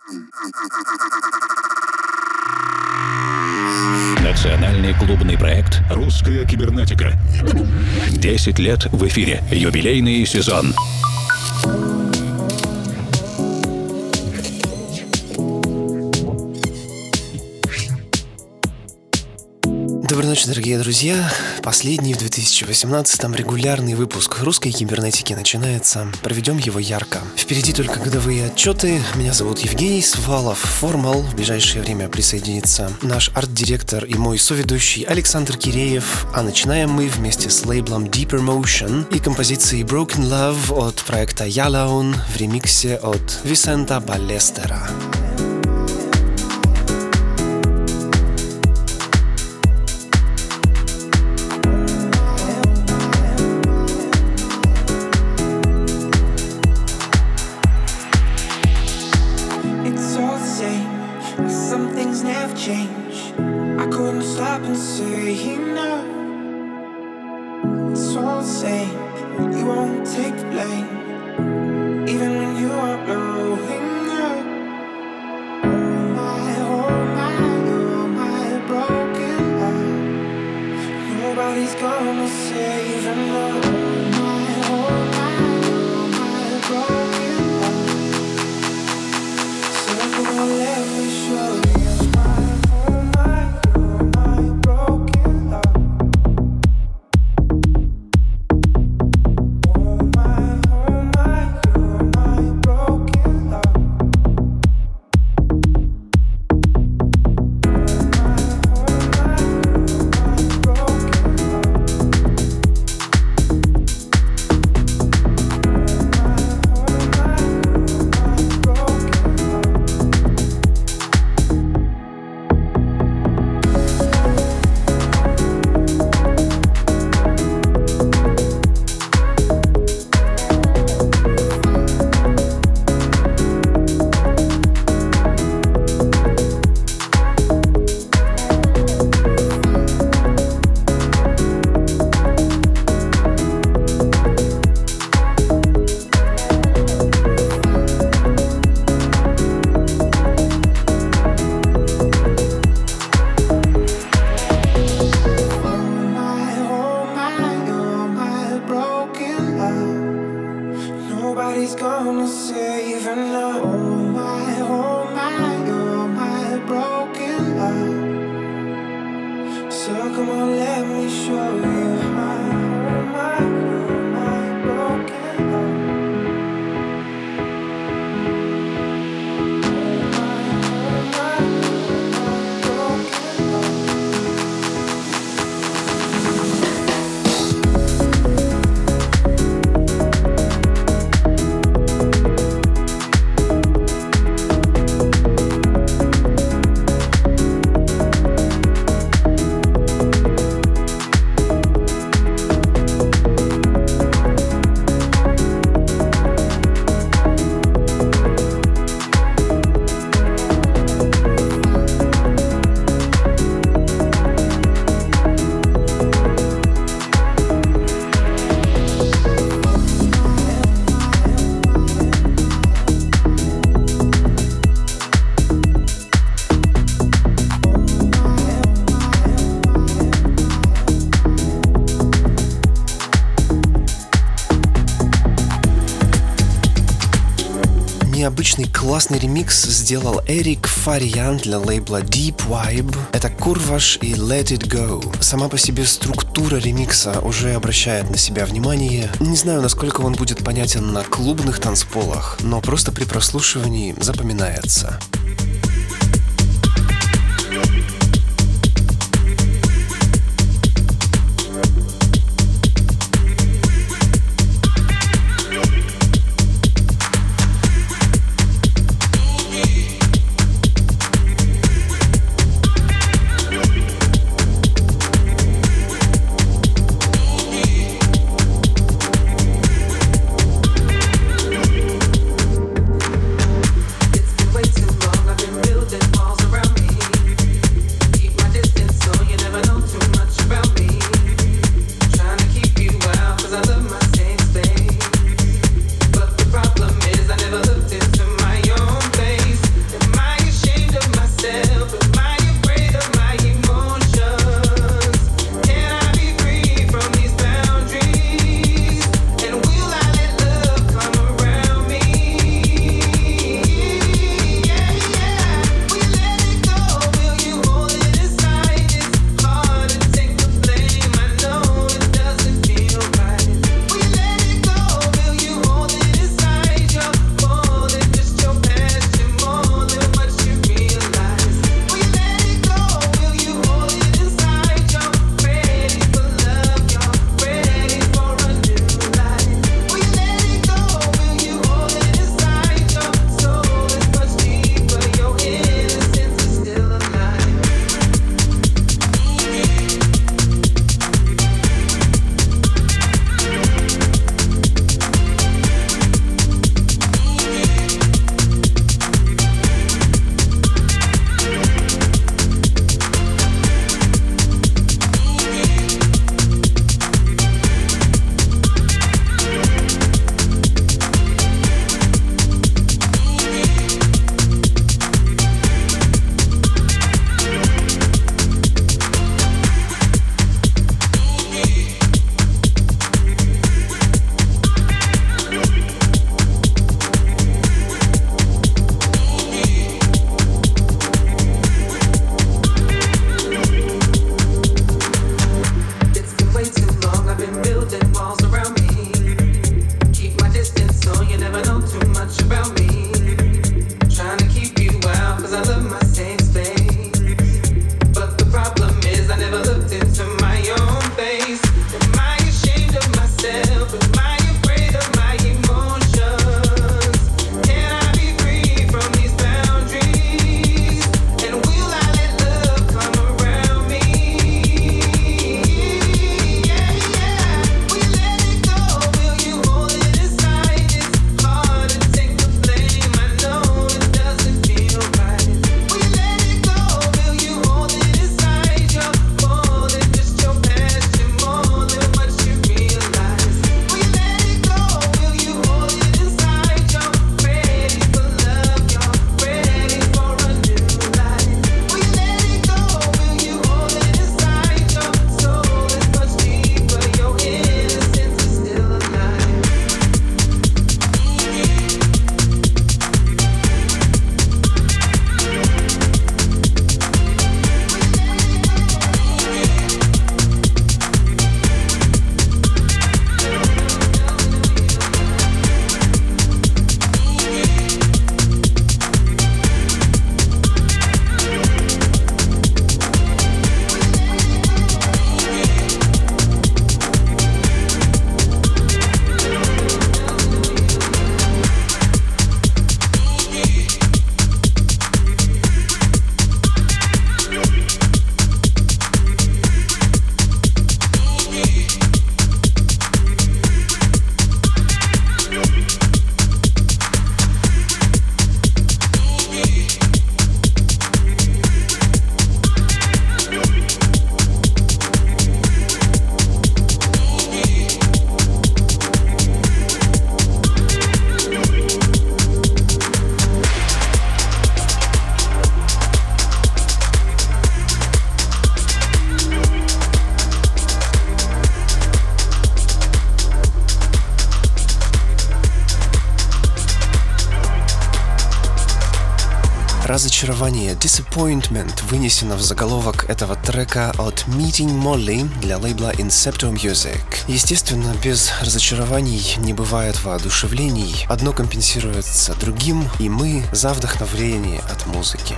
Национальный клубный проект «Русская кибернетика». 10 лет в эфире. Юбилейный сезон. Доброй ночи, дорогие друзья. Последний в 2018-м регулярный выпуск русской кибернетики начинается. Проведем его ярко. Впереди только годовые отчеты. Меня зовут Евгений Свалов, Формал. В ближайшее время присоединится наш арт-директор и мой соведущий Александр Киреев. А начинаем мы вместе с лейблом Deeper Motion и композицией Broken Love от проекта Yalaun в ремиксе от Висента Баллестера. Необычный классный ремикс сделал Эрик Фариян для лейбла Deep Vibe. Это Курваш и Let It Go. Сама по себе структура ремикса уже обращает на себя внимание. Не знаю, насколько он будет понятен на клубных танцполах, но просто при прослушивании запоминается. Way too long. разочарование, disappointment вынесено в заголовок этого трека от Meeting Molly для лейбла Incepto Music. Естественно, без разочарований не бывает воодушевлений. Одно компенсируется другим, и мы за вдохновение от музыки.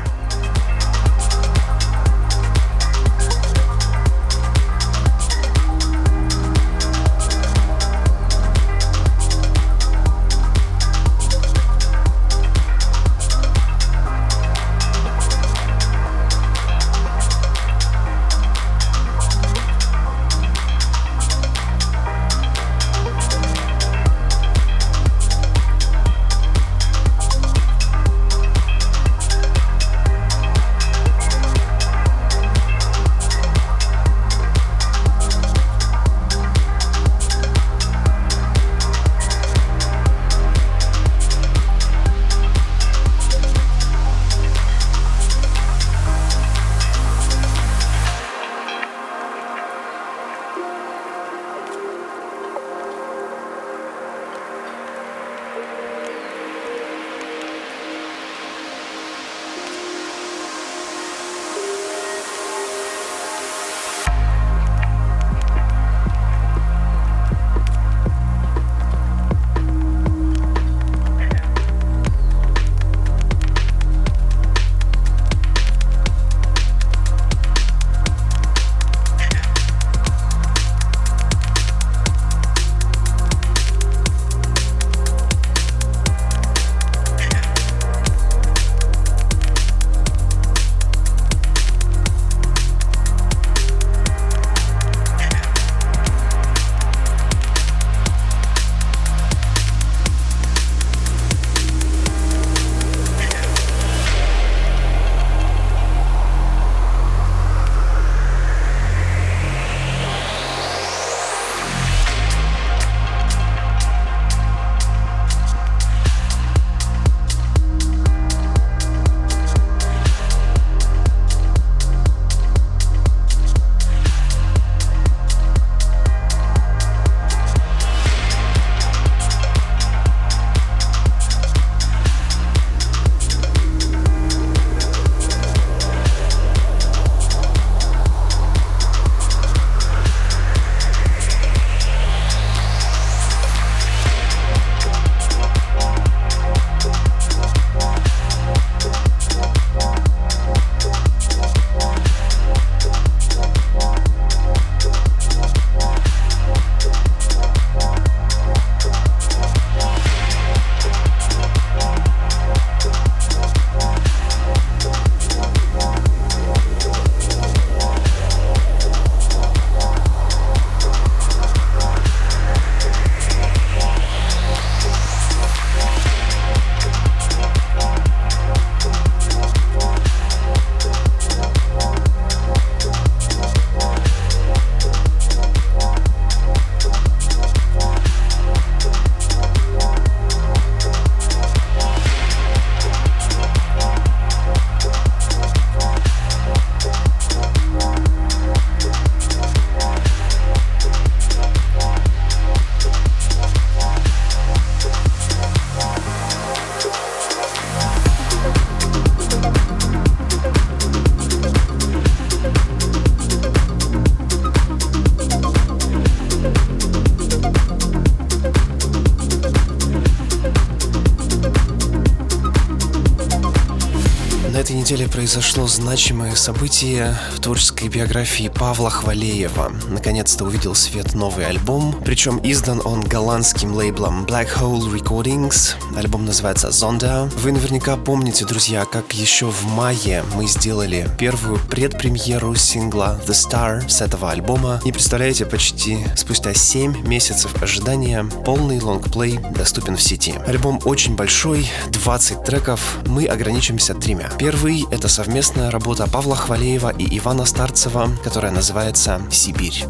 этой неделе произошло значимое событие в творческой биографии Павла Хвалеева. Наконец-то увидел свет новый альбом, причем издан он голландским лейблом Black Hole Recordings. Альбом называется Zonda. Вы наверняка помните, друзья, как еще в мае мы сделали первую предпремьеру сингла The Star с этого альбома. Не представляете, почти спустя 7 месяцев ожидания полный лонгплей доступен в сети. Альбом очень большой, 20 треков, мы ограничимся 3. Первый — это совместная работа Павла Хвалеева и Ивана Старцева, которая называется «Сибирь».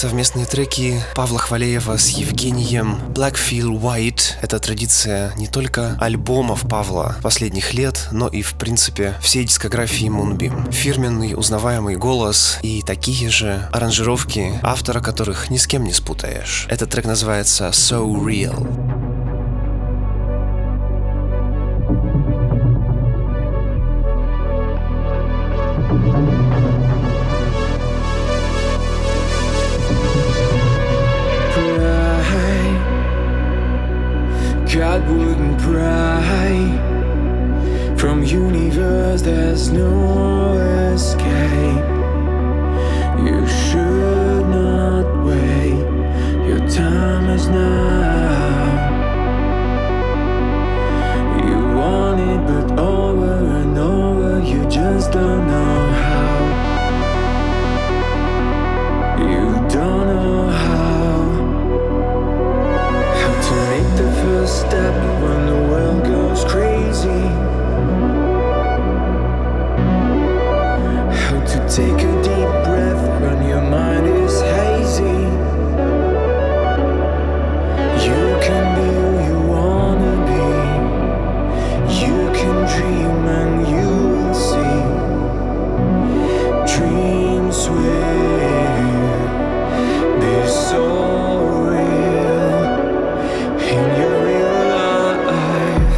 совместные треки Павла Хвалеева с Евгением. Black Feel White — это традиция не только альбомов Павла последних лет, но и, в принципе, всей дискографии Moonbeam. Фирменный узнаваемый голос и такие же аранжировки, автора которых ни с кем не спутаешь. Этот трек называется So Real. God wouldn't pry from universe, there's no escape. You should not wait, your time is now. You want it but over and over, you just don't know how. You don't know how to make the first step when the world goes crazy. How to take a deep breath when your mind is hazy. You can be who you wanna be. You can dream and you will see. Dreams will be so in your real life.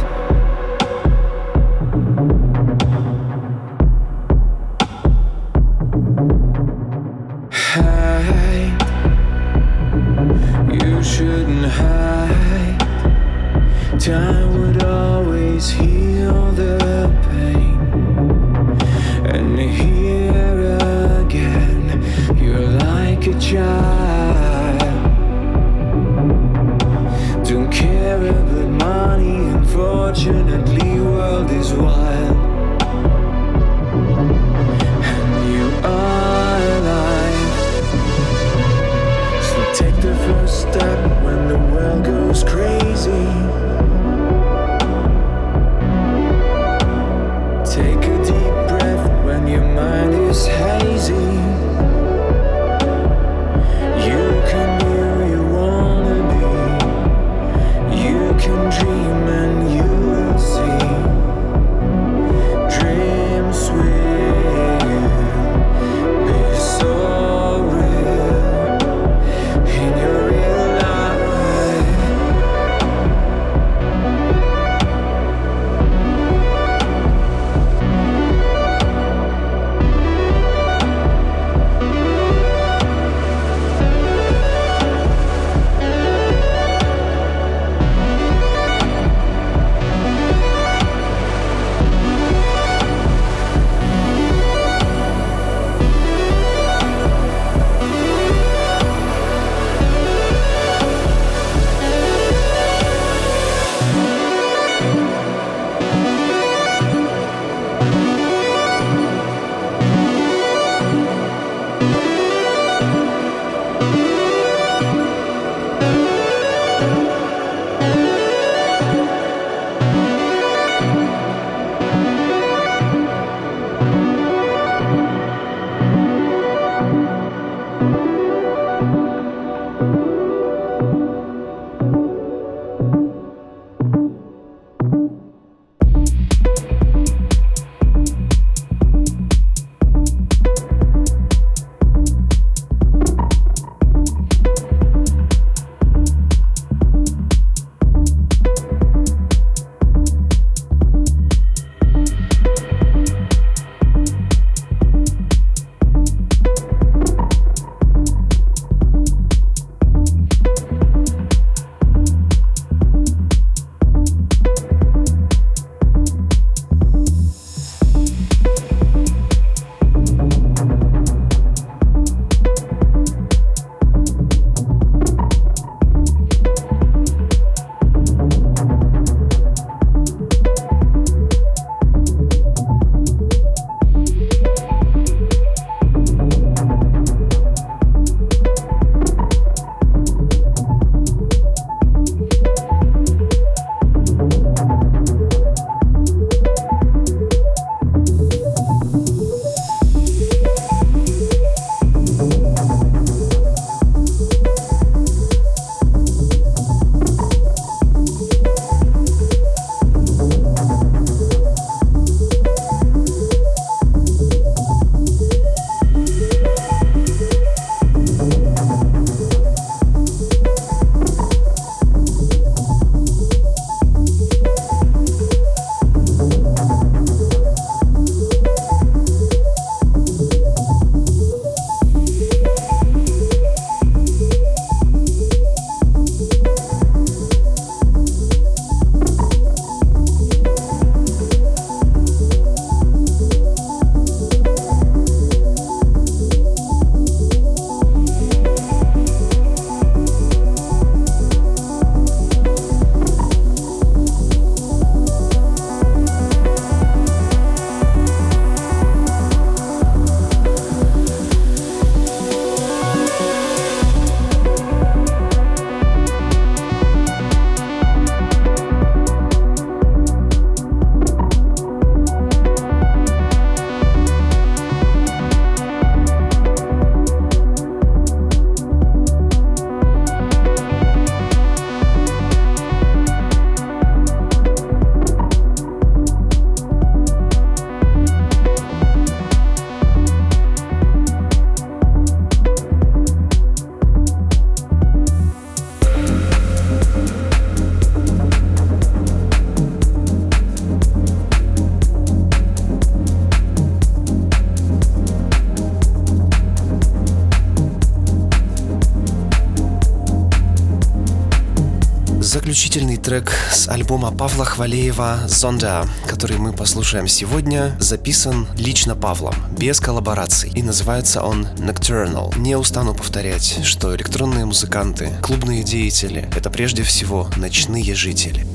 Заключительный трек с альбома Павла Хвалеева «Зонда», который мы послушаем сегодня, записан лично Павлом, без коллабораций, и называется он «Nocturnal». Не устану повторять, что электронные музыканты, клубные деятели — это прежде всего ночные жители.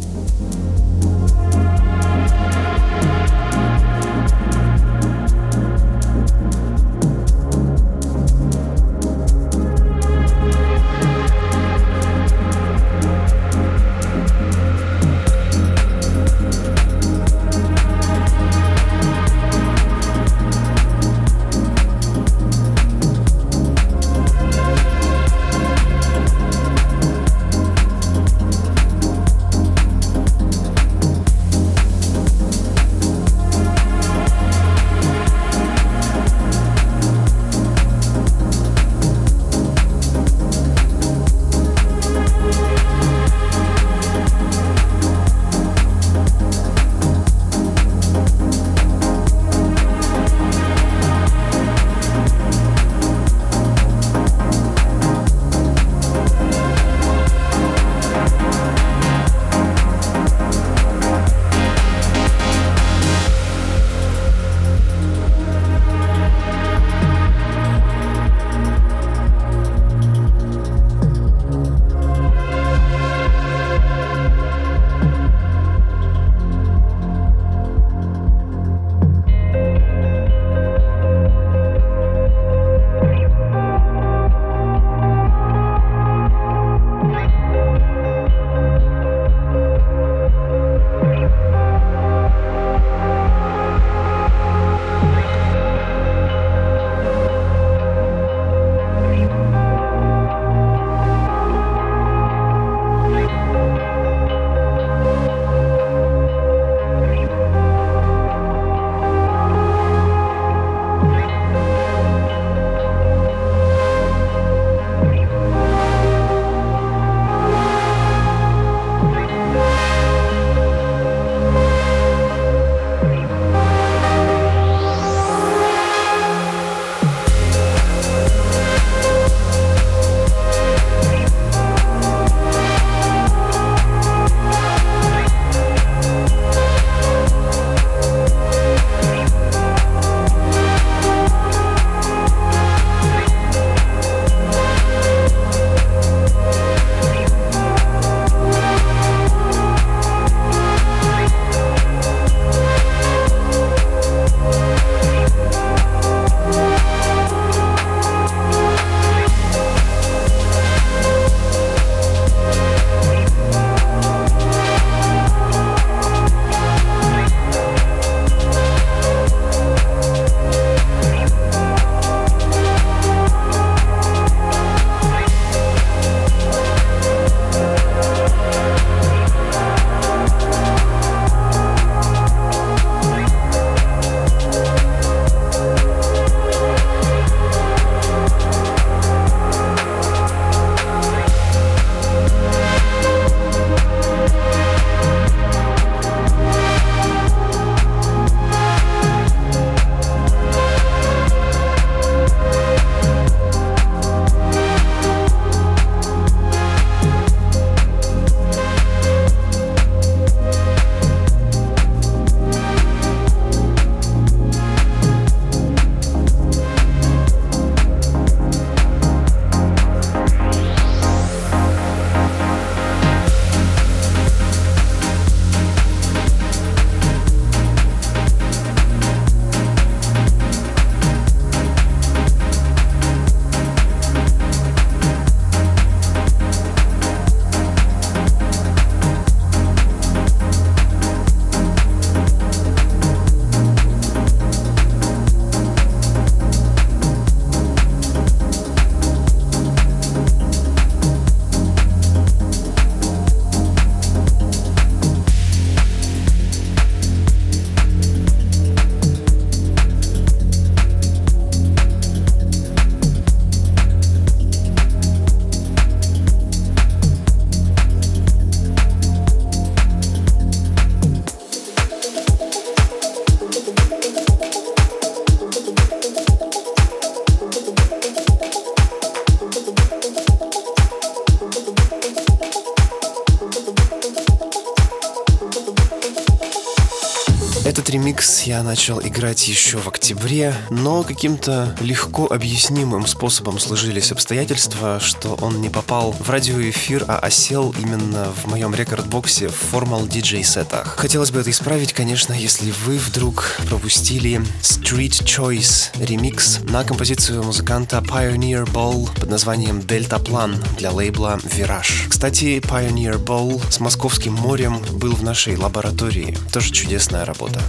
ремикс я начал играть еще в октябре, но каким-то легко объяснимым способом сложились обстоятельства, что он не попал в радиоэфир, а осел именно в моем рекорд-боксе в Formal DJ сетах. Хотелось бы это исправить, конечно, если вы вдруг пропустили Street Choice ремикс на композицию музыканта Pioneer Ball под названием Дельтаплан для лейбла Virage. Кстати, Pioneer Ball с Московским морем был в нашей лаборатории. Тоже чудесная работа.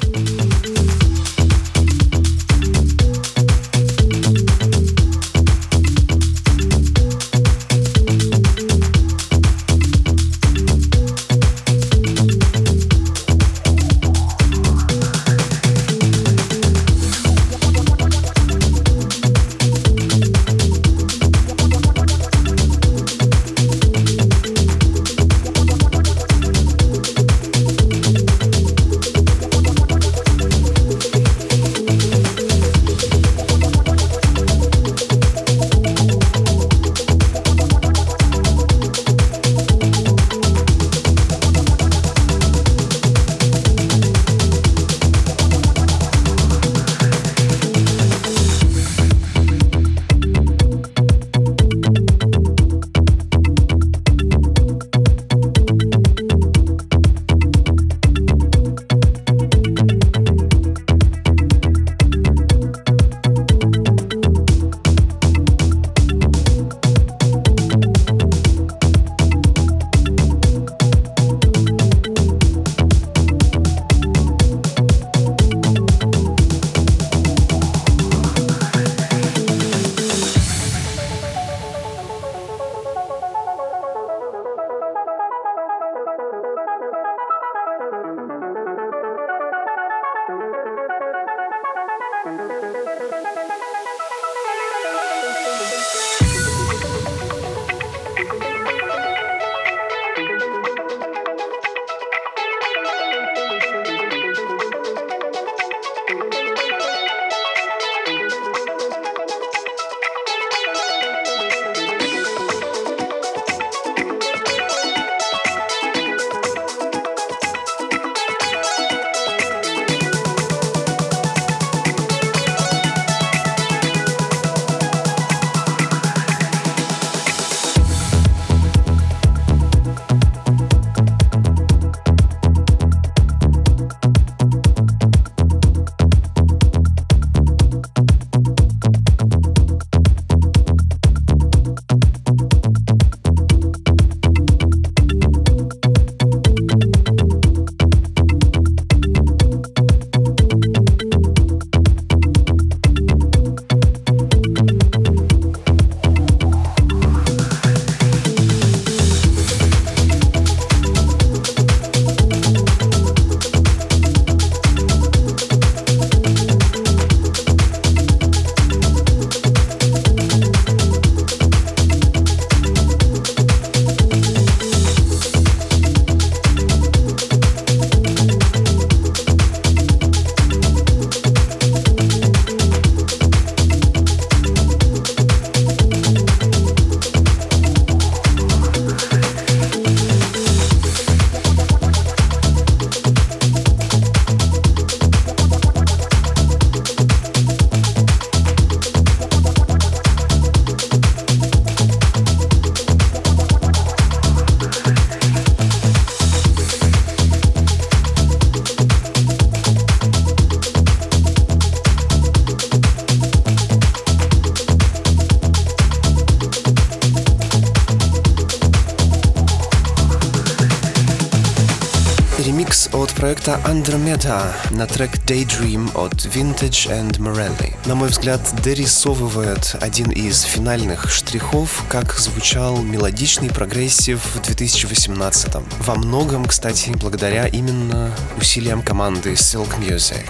От проекта Andromeda на трек Daydream от Vintage and Morelli. На мой взгляд, дорисовывает один из финальных штрихов, как звучал мелодичный прогрессив в 2018-м. Во многом, кстати, благодаря именно усилиям команды Silk Music.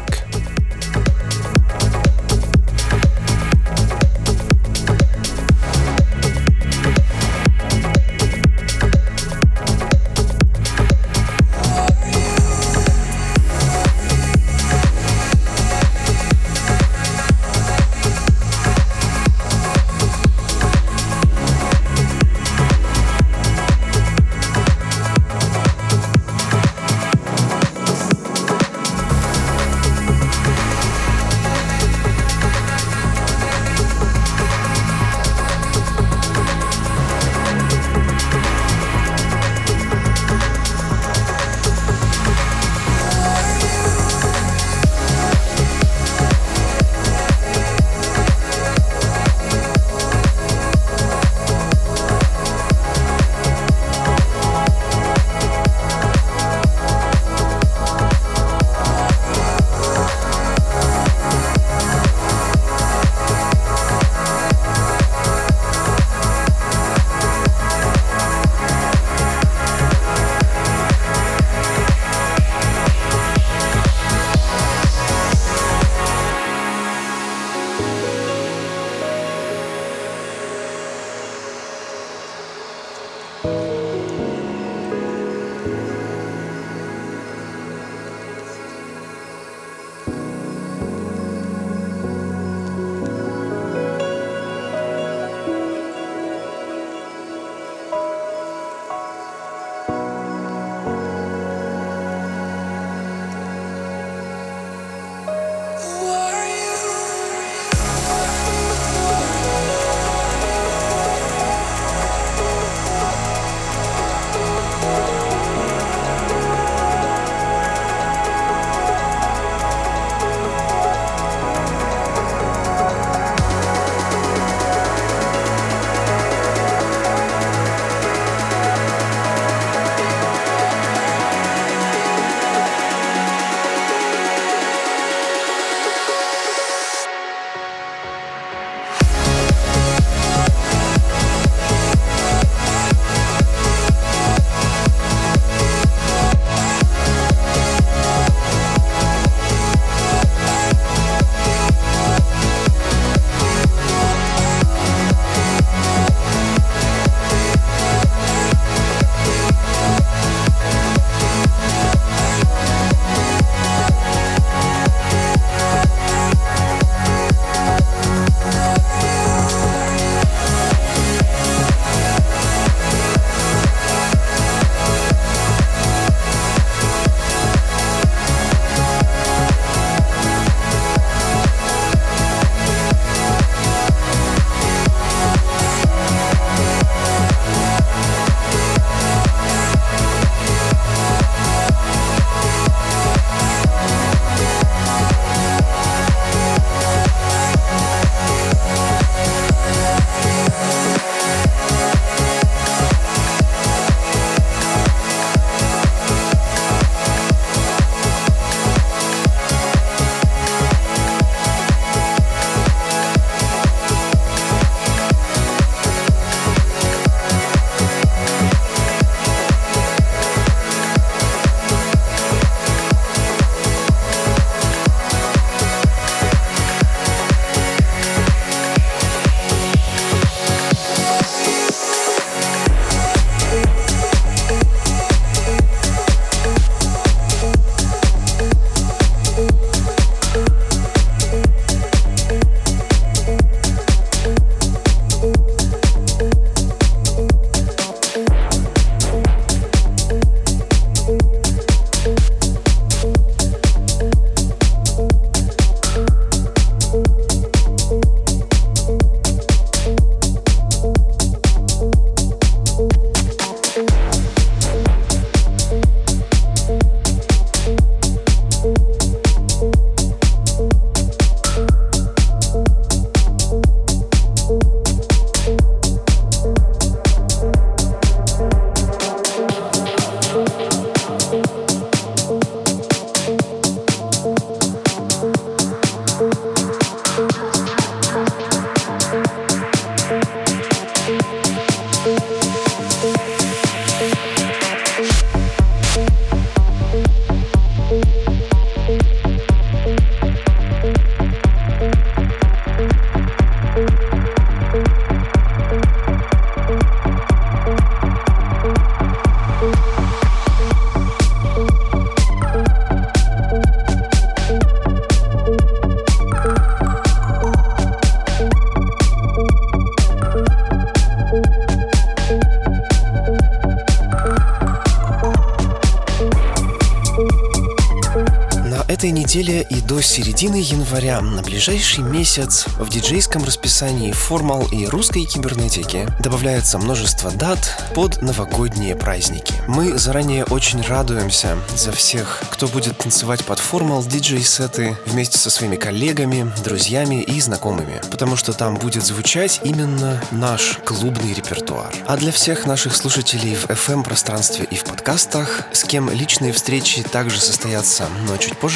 этой неделе и до середины января на ближайший месяц в диджейском расписании Formal и русской кибернетики добавляется множество дат под новогодние праздники. Мы заранее очень радуемся за всех, кто будет танцевать под Formal диджей-сеты вместе со своими коллегами, друзьями и знакомыми, потому что там будет звучать именно наш клубный репертуар. А для всех наших слушателей в FM-пространстве и в подкастах, с кем личные встречи также состоятся, но чуть позже,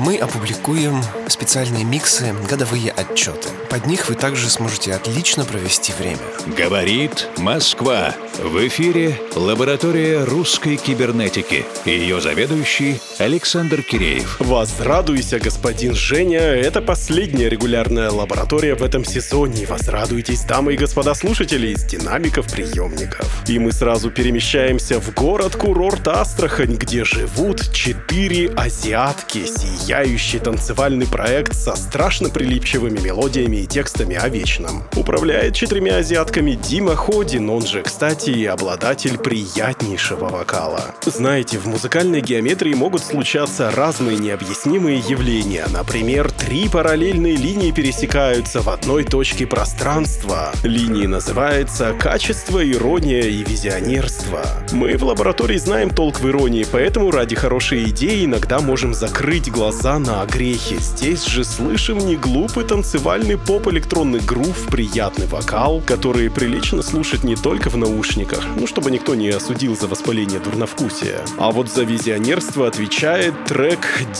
мы опубликуем специальные миксы, годовые отчеты. Под них вы также сможете отлично провести время. Говорит Москва. В эфире лаборатория русской кибернетики. Ее заведующий Александр Киреев. Возрадуйся, господин Женя. Это последняя регулярная лаборатория в этом сезоне. Возрадуйтесь, дамы и господа слушатели, из динамиков приемников. И мы сразу перемещаемся в город-курорт Астрахань, где живут 4 азиатки. Сияющий танцевальный проект со страшно прилипчивыми мелодиями и текстами о вечном. Управляет 4 азиатками Дима Ходин, он же, кстати, и обладатель приятнейшего вокала. Знаете, в музыкальной геометрии могут случаться разные необъяснимые явления. Например, 3 параллельные линии пересекаются в одной точке пространства. Линии называются качество, ирония и визионерство. Мы в лаборатории знаем толк в иронии, поэтому ради хорошей идеи иногда можем закрыть глаза на огрехи. Здесь же слышим не глупый танцевальный поп-электронный грув, приятный вокал, который прилично слушать не только в наушниках, чтобы никто не осудил за воспаление дурновкусия. А вот за визионерство отвечает трек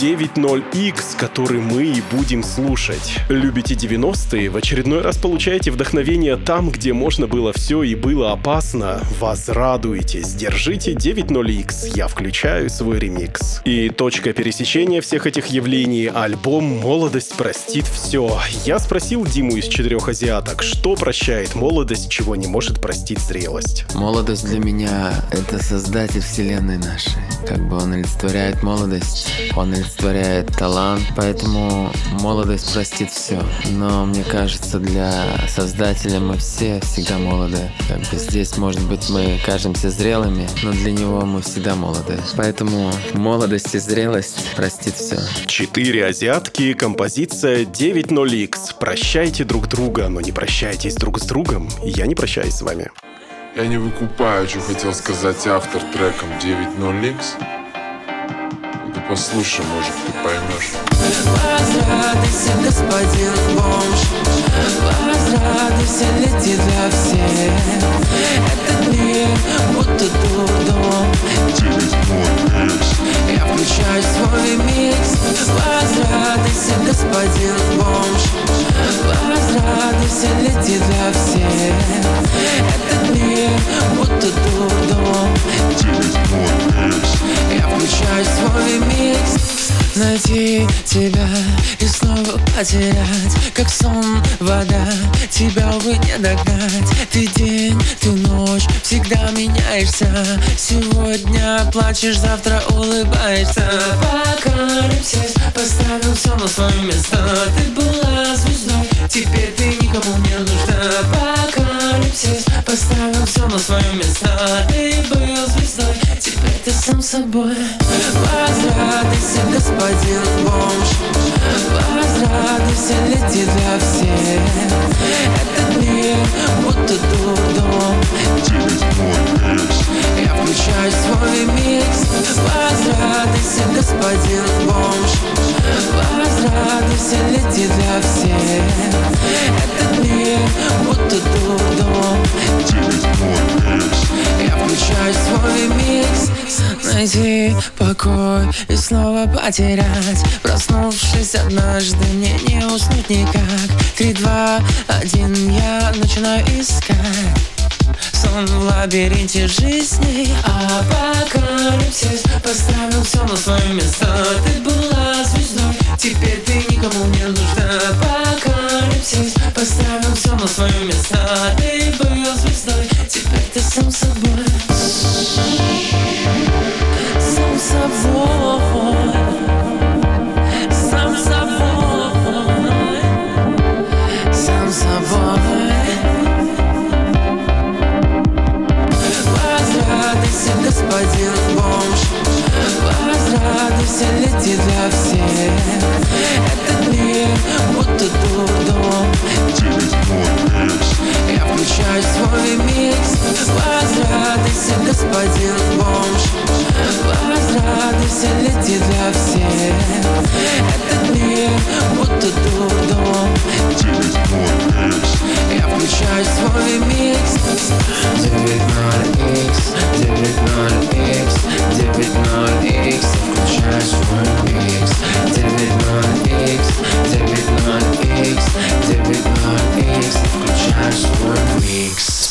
90X, который мы и будем слушать. Любите 90-е? В очередной раз получаете вдохновение там, где можно было все и было опасно. Возрадуйтесь, держите 90X, я включаю свой ремикс. И точка пересечения всех этих явлений — альбом «Молодость простит все». Я спросил Диму из 4 азиаток, что прощает молодость, чего не может простить зрелость. Молодость для меня — это создатель вселенной нашей. Как бы он олицетворяет молодость, он олицетворяет талант, поэтому молодость простит все. Но мне кажется, для создателя мы все всегда молоды. Как бы здесь, может быть, мы кажемся зрелыми, но для него мы всегда молоды. Поэтому молодость и зрелость простит все. 4 азиатки, композиция 90X. Прощайте друг друга, но не прощайтесь друг с другом. И я не прощаюсь с вами. Я не выкупаю, что хотел сказать автор треком 90X. Да послушай, может, ты поймешь. Возрадуйся, господин бомж, возрадуйся, лети для всех. Этот мир будто дурдом. 90X. Я включаю свой микс. Возрадуйся, господин бомж, возрадуйся, лети для всех. Этот мир будто дурдом. 90X. Я включаю свой микс. Найти тебя и снова потерять, как сон, вода, тебя, увы, не догнать. Ты день, ты ночь, всегда меняешься. Сегодня плачешь, завтра улыбаешься. Апокалипсис поставил все на свои места. Ты была звездой, теперь ты никому не нужна. Апокалипсис поставил все на свои места. Ты был звездой, теперь ты сам собой. Возрадуйся, господин бомж, возрадуйся, лети для всех. Этот мир будто дурдом. 90X. Я включаю свой микс. Возрадуйся, господин бомж, возрадуйся, лети для всех. Этот мир будто дурдом. 90X. Я включаю свой микс. Найти покой и снова потерять. Проснувшись однажды, мне не уснуть никак. 3, 2, 1, я начинаю искать сон в лабиринте жизни. Апокалипсис поставил все на свои места. Ты была звездой, теперь ты никому не нужна. Апокалипсис поставил все на свои места. Ты был звездой, теперь ты сам собой. Сам собой. Сам собой. Сам собой. Возрадуйся, господин бомж, возрадуйся, лети для всех. Этот мир будто дурдом. 90X. Я включаю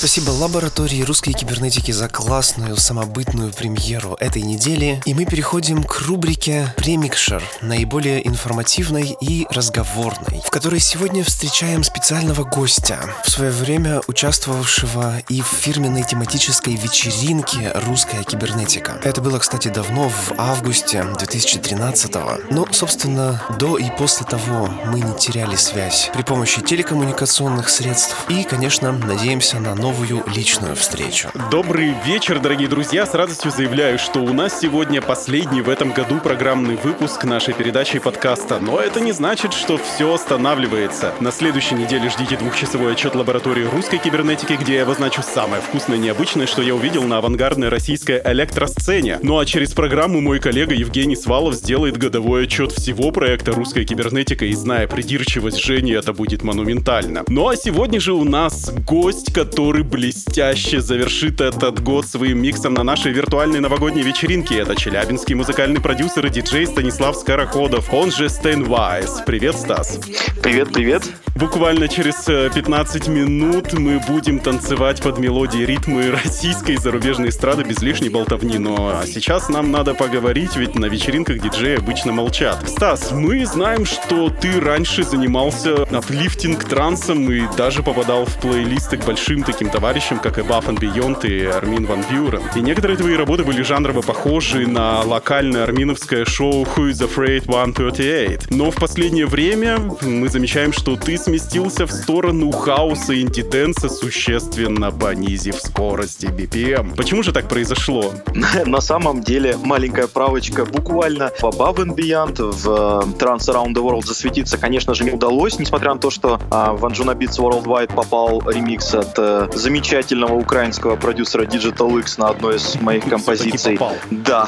Спасибо лаборатории русской кибернетики за классную самобытную премьеру этой недели. И мы переходим к рубрике «Премикшер», наиболее информативной и разговорной, в которой сегодня встречаем специального гостя, в свое время участвовавшего и в фирменной тематической вечеринке «Русская кибернетика». Это было, кстати, давно, в августе 2013-го. Но, собственно, до и после того мы не теряли связь при помощи телекоммуникационных средств и, конечно, надеемся на новую личную встречу. Добрый вечер, дорогие друзья. С радостью заявляю, что у нас сегодня последний в этом году программный выпуск нашей передачи и подкаста. Но это не значит, что все останавливается. На следующей неделе ждите двухчасовой отчет лаборатории русской кибернетики, где я обозначу самое вкусное и необычное, что я увидел на авангардной российской электросцене. Ну а через программу мой коллега Евгений Свалов сделает годовой отчет всего проекта «Русская кибернетика», и, зная придирчивость Жени, это будет монументально. Ну а сегодня же у нас гость, который блестяще завершит этот год своим миксом на нашей виртуальной новогодней вечеринке. Это челябинский музыкальный продюсер и диджей Станислав Скороходов, он же Стэн Вайс. Привет, Стас. Привет. Буквально через 15 минут мы будем танцевать под мелодии и ритмы российской и зарубежной эстрады без лишней болтовни. Но сейчас нам надо поговорить, ведь на вечеринках диджеи обычно молчат. Стас, мы знаем, что ты раньше занимался аплифтинг трансом и даже попадал в плейлисты к большим таким товарищам, как Above and Beyond и Армин Ван Бюрен. И некоторые твои работы были жанрово похожи на локальное арминовское шоу Who is Afraid 138. Но в последнее время мы замечаем, что ты сместился в сторону хаоса и инди-дэнса, существенно понизив скорости BPM. Почему же так произошло? На самом деле, маленькая правочка, буквально в Above and Beyond, в Trance Around the World засветиться, конечно же, не удалось, несмотря на то, что в Anjuna Beats Worldwide попал ремикс от замечательного украинского продюсера Digital X на одной из моих композиций. Да.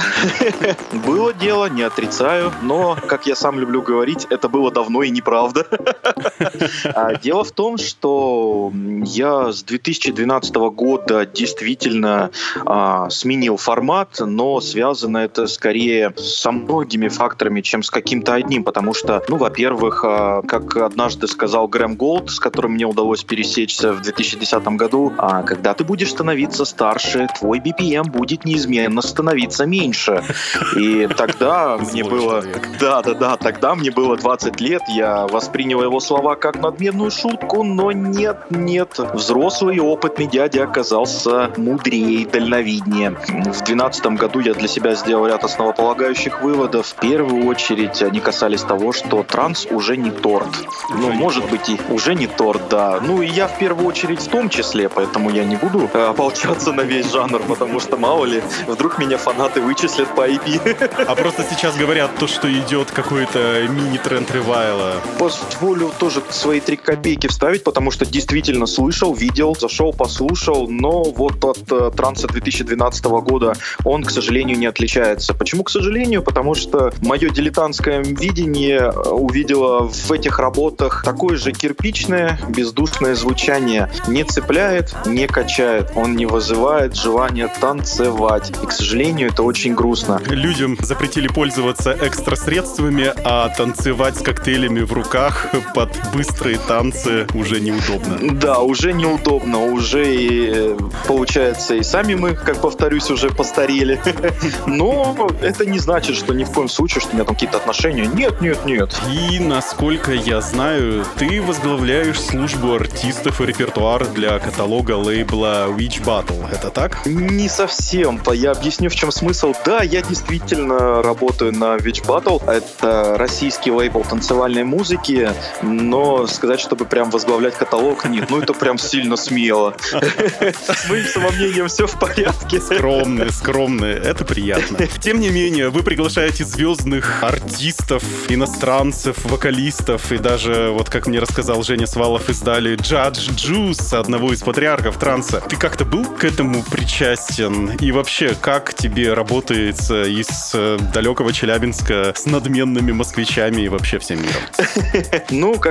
Было дело, не отрицаю, но, как я сам люблю говорить, это было давно и неправда. Дело в том, что я с 2012 года действительно сменил формат, но связано это скорее со многими факторами, чем с каким-то одним, потому что, во-первых, как однажды сказал Грэм Голд, с которым мне удалось пересечься в 2010 году, когда ты будешь становиться старше, твой BPM будет неизменно становиться меньше. И тогда мне было... Да, тогда мне было 20 лет, я воспринял его слова как надменную шутку, но нет. Взрослый и опытный дядя оказался мудрее и дальновиднее. В 2012 году я для себя сделал ряд основополагающих выводов. В первую очередь они касались того, что транс уже не торт. Может быть, и уже не торт, да. И я в первую очередь в том числе, поэтому я не буду ополчаться на весь жанр, потому что, мало ли, вдруг меня фанаты вычислят по IP. А просто сейчас говорят то, что идет какой-то мини-тренд ревайла. Позволю тоже свои 3 копейки вставить, потому что действительно слышал, видел, зашел, послушал, но вот от транса 2012 года он, к сожалению, не отличается. Почему, к сожалению? Потому что мое дилетантское видение увидело в этих работах такое же кирпичное, бездушное звучание. Не цепляет, не качает, он не вызывает желания танцевать. И, к сожалению, это очень грустно. Людям запретили пользоваться экстрасредствами, а танцевать с коктейлями в руках под быстрые танцы уже неудобно. Да, уже неудобно, уже и, получается, и сами мы, как повторюсь, уже постарели. Но это не значит, что ни в коем случае, что у меня там какие-то отношения. Нет. И, насколько я знаю, ты возглавляешь службу артистов и репертуар для каталога лейбла Witch Battle. Это так? Не совсем. Я объясню, в чем смысл. Да, я действительно работаю на Witch Battle. Это российский лейбл танцевальной музыки, но сказать, чтобы прям возглавлять каталог, нет. Это прям сильно смело. С моим самомнением все в порядке. Скромные. Это приятно. Тем не менее, вы приглашаете звездных артистов, иностранцев, вокалистов, и даже, вот как мне рассказал Женя Свалов, издали Judge Juice, одного из патриархов транса. Ты как-то был к этому причастен? И вообще, как тебе работается из далекого Челябинска с надменными москвичами и вообще всем миром? Как я всегда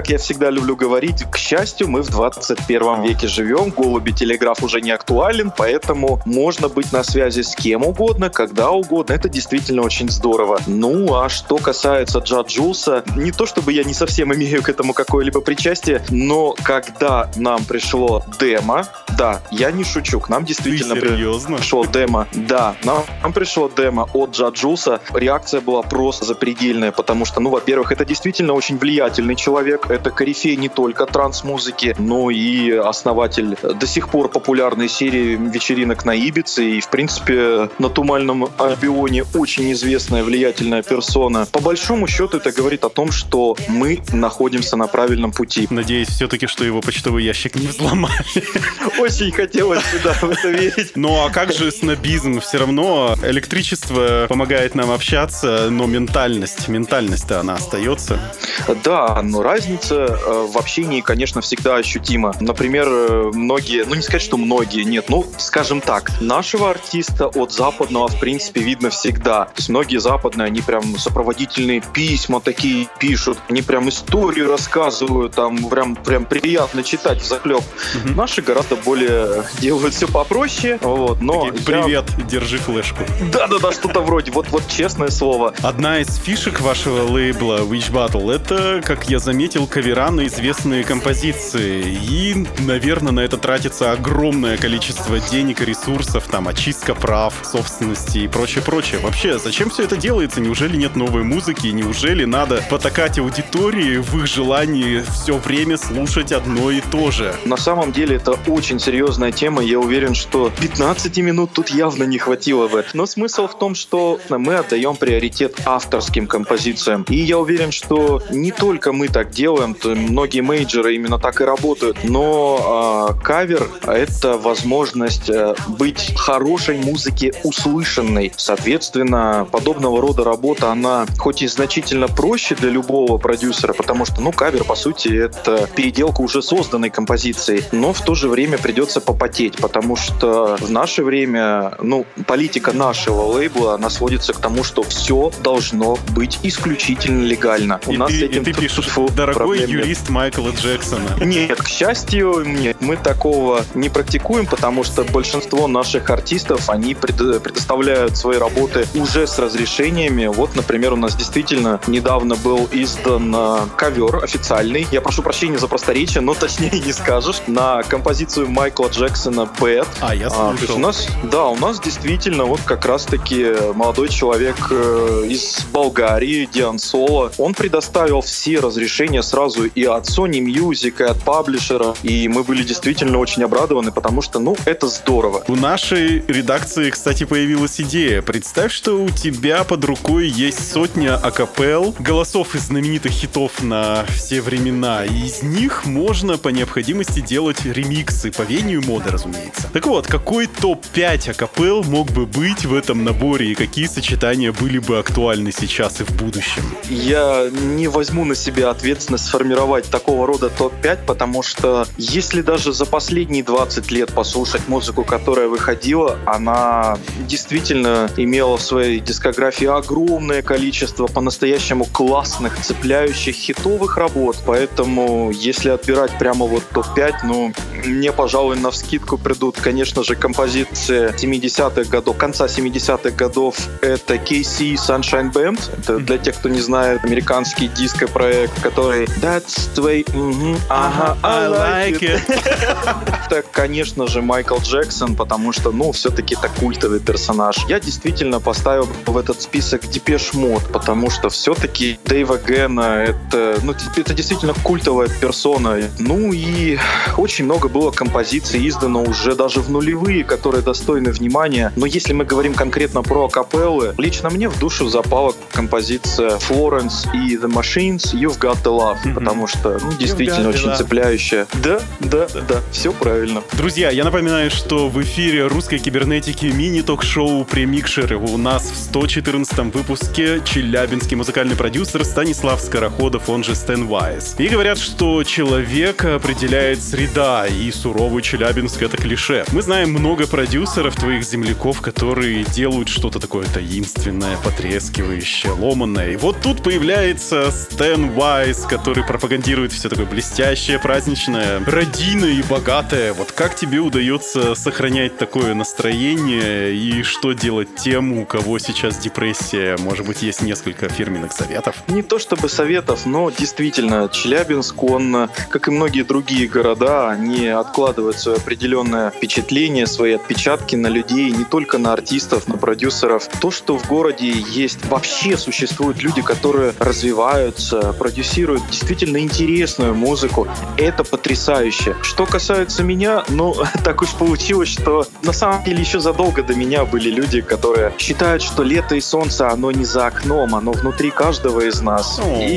всегда люблю говорить, к счастью, мы в 21 веке живем, голуби-телеграф уже не актуален, поэтому можно быть на связи с кем угодно, когда угодно. Это действительно очень здорово. Ну, а что касается Джа Джулса, не то чтобы я не совсем имею к этому какое-либо причастие, но когда нам пришло демо, да, я не шучу, к нам действительно пришло демо. Да, нам пришло демо от Джа Джулса. Реакция была просто запредельная, потому что, ну, во-первых, это действительно очень влиятельный человек. Это корифей не только транс-музыки, но и основатель до сих пор популярной серии вечеринок на Ибице. И, в принципе, на Туманном Альбионе очень известная, влиятельная персона. По большому счету, это говорит о том, что мы находимся на правильном пути. Надеюсь все-таки, что его почтовый ящик не взломали. Очень хотелось сюда в это верить. Ну а как же снобизм? Все равно электричество помогает нам общаться, но ментальность-то она остается. Да, но разница в общении, конечно, всегда ощутима. Например, многие, ну не сказать, что многие, нет, ну скажем так, нашего артиста от западного, в принципе, видно всегда. То есть многие западные, они прям сопроводительные письма такие пишут, они прям историю рассказывают, там прям приятно читать взахлеб. Наши гораздо более делают все попроще, вот, но... Привет, держи флешку. Да-да-да, что-то вроде, вот честное слово. Одна из фишек вашего лейбла Witch Battle — это, как я заметил, кавера на известные композиции. И, наверное, на это тратится огромное количество денег и ресурсов, там, очистка прав, собственности и прочее-прочее. Вообще, зачем все это делается? Неужели нет новой музыки? Неужели надо потакать аудитории в их желании все время слушать одно и то же? На самом деле это очень серьезная тема. Я уверен, что 15 минут тут явно не хватило бы. Но смысл в том, что мы отдаем приоритет авторским композициям. И я уверен, что не только мы так делаем, многие мейджоры именно так и работают, но кавер — это возможность быть хорошей музыке услышанной. Соответственно, подобного рода работа, она хоть и значительно проще для любого продюсера, потому что, ну, кавер, по сути, это переделка уже созданной композиции, но в то же время придется попотеть, потому что в наше время, ну, политика нашего лейбла, она сводится к тому, что все должно быть исключительно легально. И ты пишешь, дорогой юрист Майкла Джексона. Нет, к счастью, нет, мы такого не практикуем, потому что большинство наших артистов, они предоставляют свои работы уже с разрешениями. Вот, например, у нас действительно недавно был издан ковер официальный. Я прошу прощения за просторечие, но точнее не скажешь. На композицию Майкла Джексона «Bad». Я слушал. У нас действительно вот как раз-таки молодой человек из Болгарии, Диан Соло. Он предоставил все разрешения сразу и от Sony Music, и от паблишера. И мы были действительно очень обрадованы, потому что, ну, это здорово. У нашей редакции, кстати, появилась идея. Представь, что у тебя под рукой есть сотня акапелл, голосов из знаменитых хитов на все времена. И из них можно по необходимости делать ремиксы, по веянию моды, разумеется. Так вот, какой топ-5 акапелл мог бы быть в этом наборе и какие сочетания были бы актуальны сейчас и в будущем? Я не возьму на себя ответственность сформировать такого рода топ-5, потому что если даже за последние 20 лет послушать музыку, которая выходила, она действительно имела в своей дискографии огромное количество по-настоящему классных, цепляющих, хитовых работ. Поэтому, если отбирать прямо вот топ-5, ну, мне, пожалуй, навскидку придут, конечно же, композиции 70-х годов, конца 70-х годов. Это KC Sunshine Band. Это, для тех, кто не знает, американский диско-проект, который That's the way, I like it. Это, конечно же, Майкл Джексон, потому что, ну, все-таки это культовый персонаж. Я действительно поставил в этот список Depeche Mode, потому что все-таки Дэйва Гэна это действительно культовая персона. Ну и очень много было композиций издано уже даже в нулевые, которые достойны внимания. Но если мы говорим конкретно про акапеллы, лично мне в душу запала композиция Florence и The Machines You've Got the Love, потому что, ну, действительно очень цепляющая. Да, все правильно. Друзья, я напоминаю, что в эфире русской кибернетики мини-ток-шоу «Премикшеры». У нас в 114-м выпуске челябинский музыкальный продюсер Станислав Скороходов, он же Стэн Вайс. И говорят, что человек определяет среда, и суровый Челябинск — это клише. Мы знаем много продюсеров, твоих земляков, которые делают что-то такое таинственное, потрескивающее, ломанное. И вот тут появляется Стэн Вайс, который пропагандирует пропагандирует все такое блестящее, праздничное, радийное и богатое. Вот как тебе удается сохранять такое настроение и что делать тем, у кого сейчас депрессия? Может быть, есть несколько фирменных советов? Не то чтобы советов, но действительно, Челябинск, он, как и многие другие города, они откладывают свое определенное впечатление, свои отпечатки на людей, не только на артистов, на продюсеров. То, что в городе есть, вообще существуют люди, которые развиваются, продюсируют действительно интересную музыку, это потрясающе. Что касается меня, так уж получилось, что на самом деле еще задолго до меня были люди, которые считают, что лето и солнце, оно не за окном, оно внутри каждого из нас.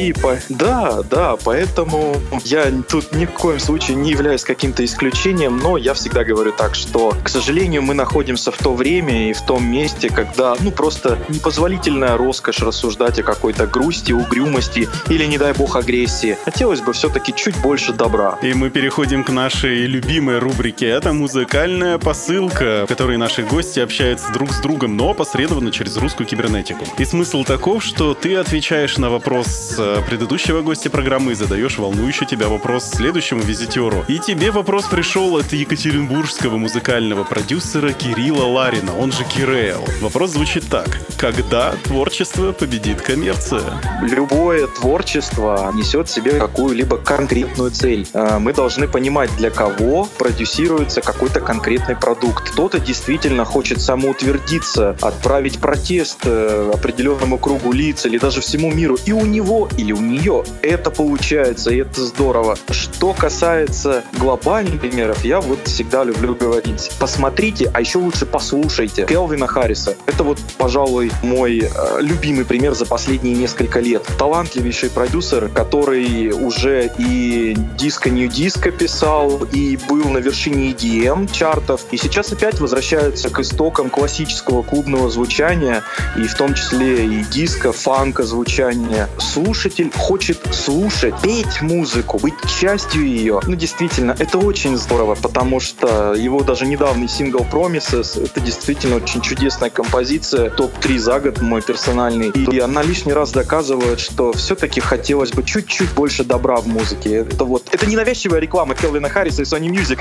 Да, поэтому я тут ни в коем случае не являюсь каким-то исключением, но я всегда говорю так, что, к сожалению, мы находимся в то время и в том месте, когда, просто непозволительная роскошь рассуждать о какой-то грусти, угрюмости или, не дай бог, агрессии. Хотелось бы все-таки чуть больше добра. И мы переходим к нашей любимой рубрике. Это музыкальная посылка, в которой наши гости общаются друг с другом, но опосредованно через русскую кибернетику. И смысл таков, что ты отвечаешь на вопрос предыдущего гостя программы и задаешь волнующий тебя вопрос следующему визитеру. И тебе вопрос пришел от екатеринбургского музыкального продюсера Кирилла Ларина, он же Кирейл. Вопрос звучит так. Когда творчество победит коммерция? Любое творчество несет в себе какую-либо конкретную цель. Мы должны понимать, для кого продюсируется какой-то конкретный продукт. Кто-то действительно хочет самоутвердиться, отправить протест определенному кругу лиц или даже всему миру. И у него или у нее это получается, и это здорово. Что касается глобальных примеров, я всегда люблю говорить: посмотрите, а еще лучше послушайте Кельвина Харриса. Это пожалуй, мой любимый пример за последние несколько лет. Талантливейший продюсер, который уже и диско-нью-диско писал, и был на вершине EDM чартов, и сейчас опять возвращается к истокам классического клубного звучания, и в том числе и диско, фанка звучания. Слушатель хочет слушать, петь музыку, быть частью ее. Действительно, это очень здорово, потому что его даже недавний сингл Promises — это действительно очень чудесная композиция, топ-3 за год мой персональный. И она лишний раз доказывает, что все-таки хотелось бы чуть-чуть больше добра в музыке. Это не навязчивая реклама Кельвина Харриса и Sony Music.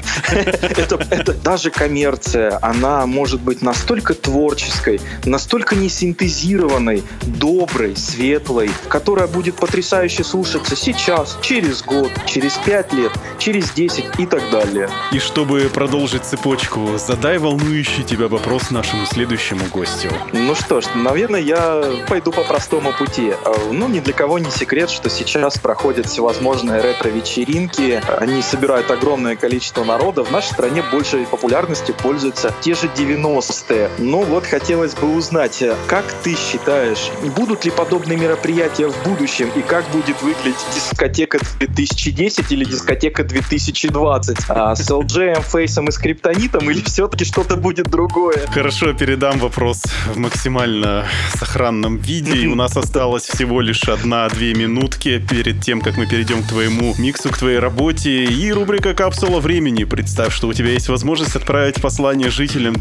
Это даже коммерция. Она может быть настолько творческой, настолько не синтезированной, доброй, светлой, которая будет потрясающе слушаться сейчас, через год, через 5 лет, через 10 и так далее. И чтобы продолжить цепочку, задай волнующий тебя вопрос нашему следующему гостю. Что ж, наверное, я пойду по простому пути. Ни для кого не секрет, что сейчас проходят всевозможные ретро-вечеринки. Они собирают огромное количество народа. В нашей стране большей популярностью пользуются те же 90-е. Хотелось бы узнать, как ты считаешь, будут ли подобные мероприятия в будущем, и как будет выглядеть дискотека 2010 или дискотека 2020? С LJ, Фейсом и Скриптонитом, или все-таки что-то будет другое? Хорошо, передам вопрос в максимально сохранном виде. И у нас осталось всего лишь 1-2 минутки перед тем, как мы перейдем к твоему миксу, к твоей работе. И рубрика «Капсула времени». Представь, что у тебя есть возможность отправить послание жителям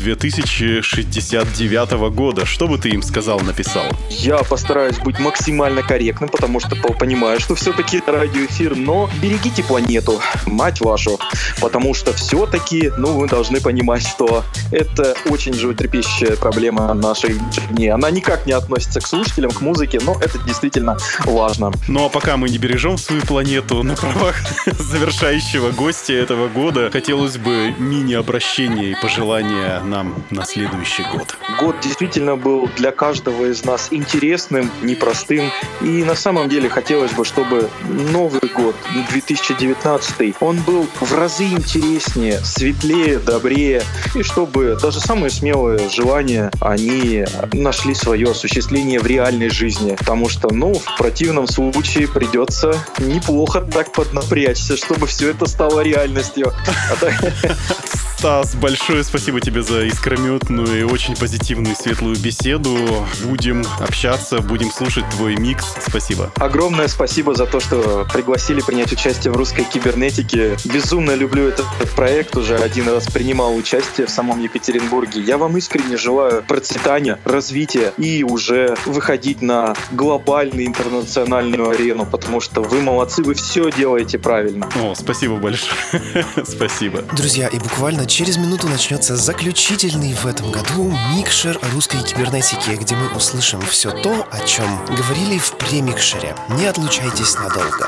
2069 года. Что бы ты им сказал, написал? Я постараюсь быть максимально корректным, потому что понимаю, что все-таки радиоэфир, но берегите планету, мать вашу, потому что все-таки, мы должны понимать, что это очень животрепещущая проблема нашей дни. Она никак не относится к слушателям, к музыке, но это действительно важно. А пока мы не бережем свою планету, на правах завершающего гостя этого года хотелось бы мини-обращение и пожелания нам на следующий год. Год действительно был для каждого из нас интересным, непростым, и на самом деле хотелось бы, чтобы Новый год, 2019, он был в разы интереснее, светлее, добрее, и чтобы даже самые смелые желания, они нашли свое осуществление в реальной жизни, потому что, в противном случае придется неплохо так поднапрячься, чтобы все это стало реальностью. Стас, большое спасибо тебе за искрометную и очень позитивную светлую беседу. Будем общаться, будем слушать твой микс. Спасибо. Огромное спасибо за то, что пригласили принять участие в русской кибернетике. Безумно люблю этот проект, уже один раз принимал участие в самом Екатеринбурге. Я вам искренне желаю процветания, развития и уже выходить на глобальную интернациональную арену, потому что вы молодцы, вы все делаете правильно. О, спасибо большое. Спасибо. Друзья, и буквально через минуту начнется заключительный в этом году микшер русской кибернетики, где мы услышим все то, о чем говорили в премикшере. Не отлучайтесь надолго.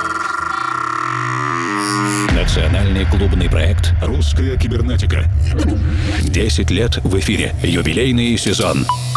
Национальный клубный проект «Русская кибернетика». 10 лет в эфире. Юбилейный сезон.